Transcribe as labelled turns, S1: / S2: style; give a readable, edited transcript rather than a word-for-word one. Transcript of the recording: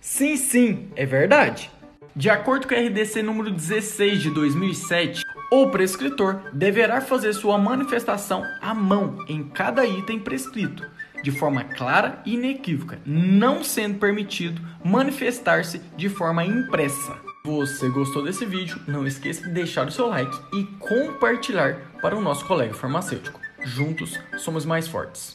S1: Sim, é verdade. De acordo com a RDC número 16 de 2007, o prescritor deverá fazer sua manifestação à mão em cada item prescrito, de forma clara e inequívoca, não sendo permitido manifestar-se de forma impressa. Se você gostou desse vídeo, não esqueça de deixar o seu like e compartilhar para o nosso colega farmacêutico. Juntos somos mais fortes.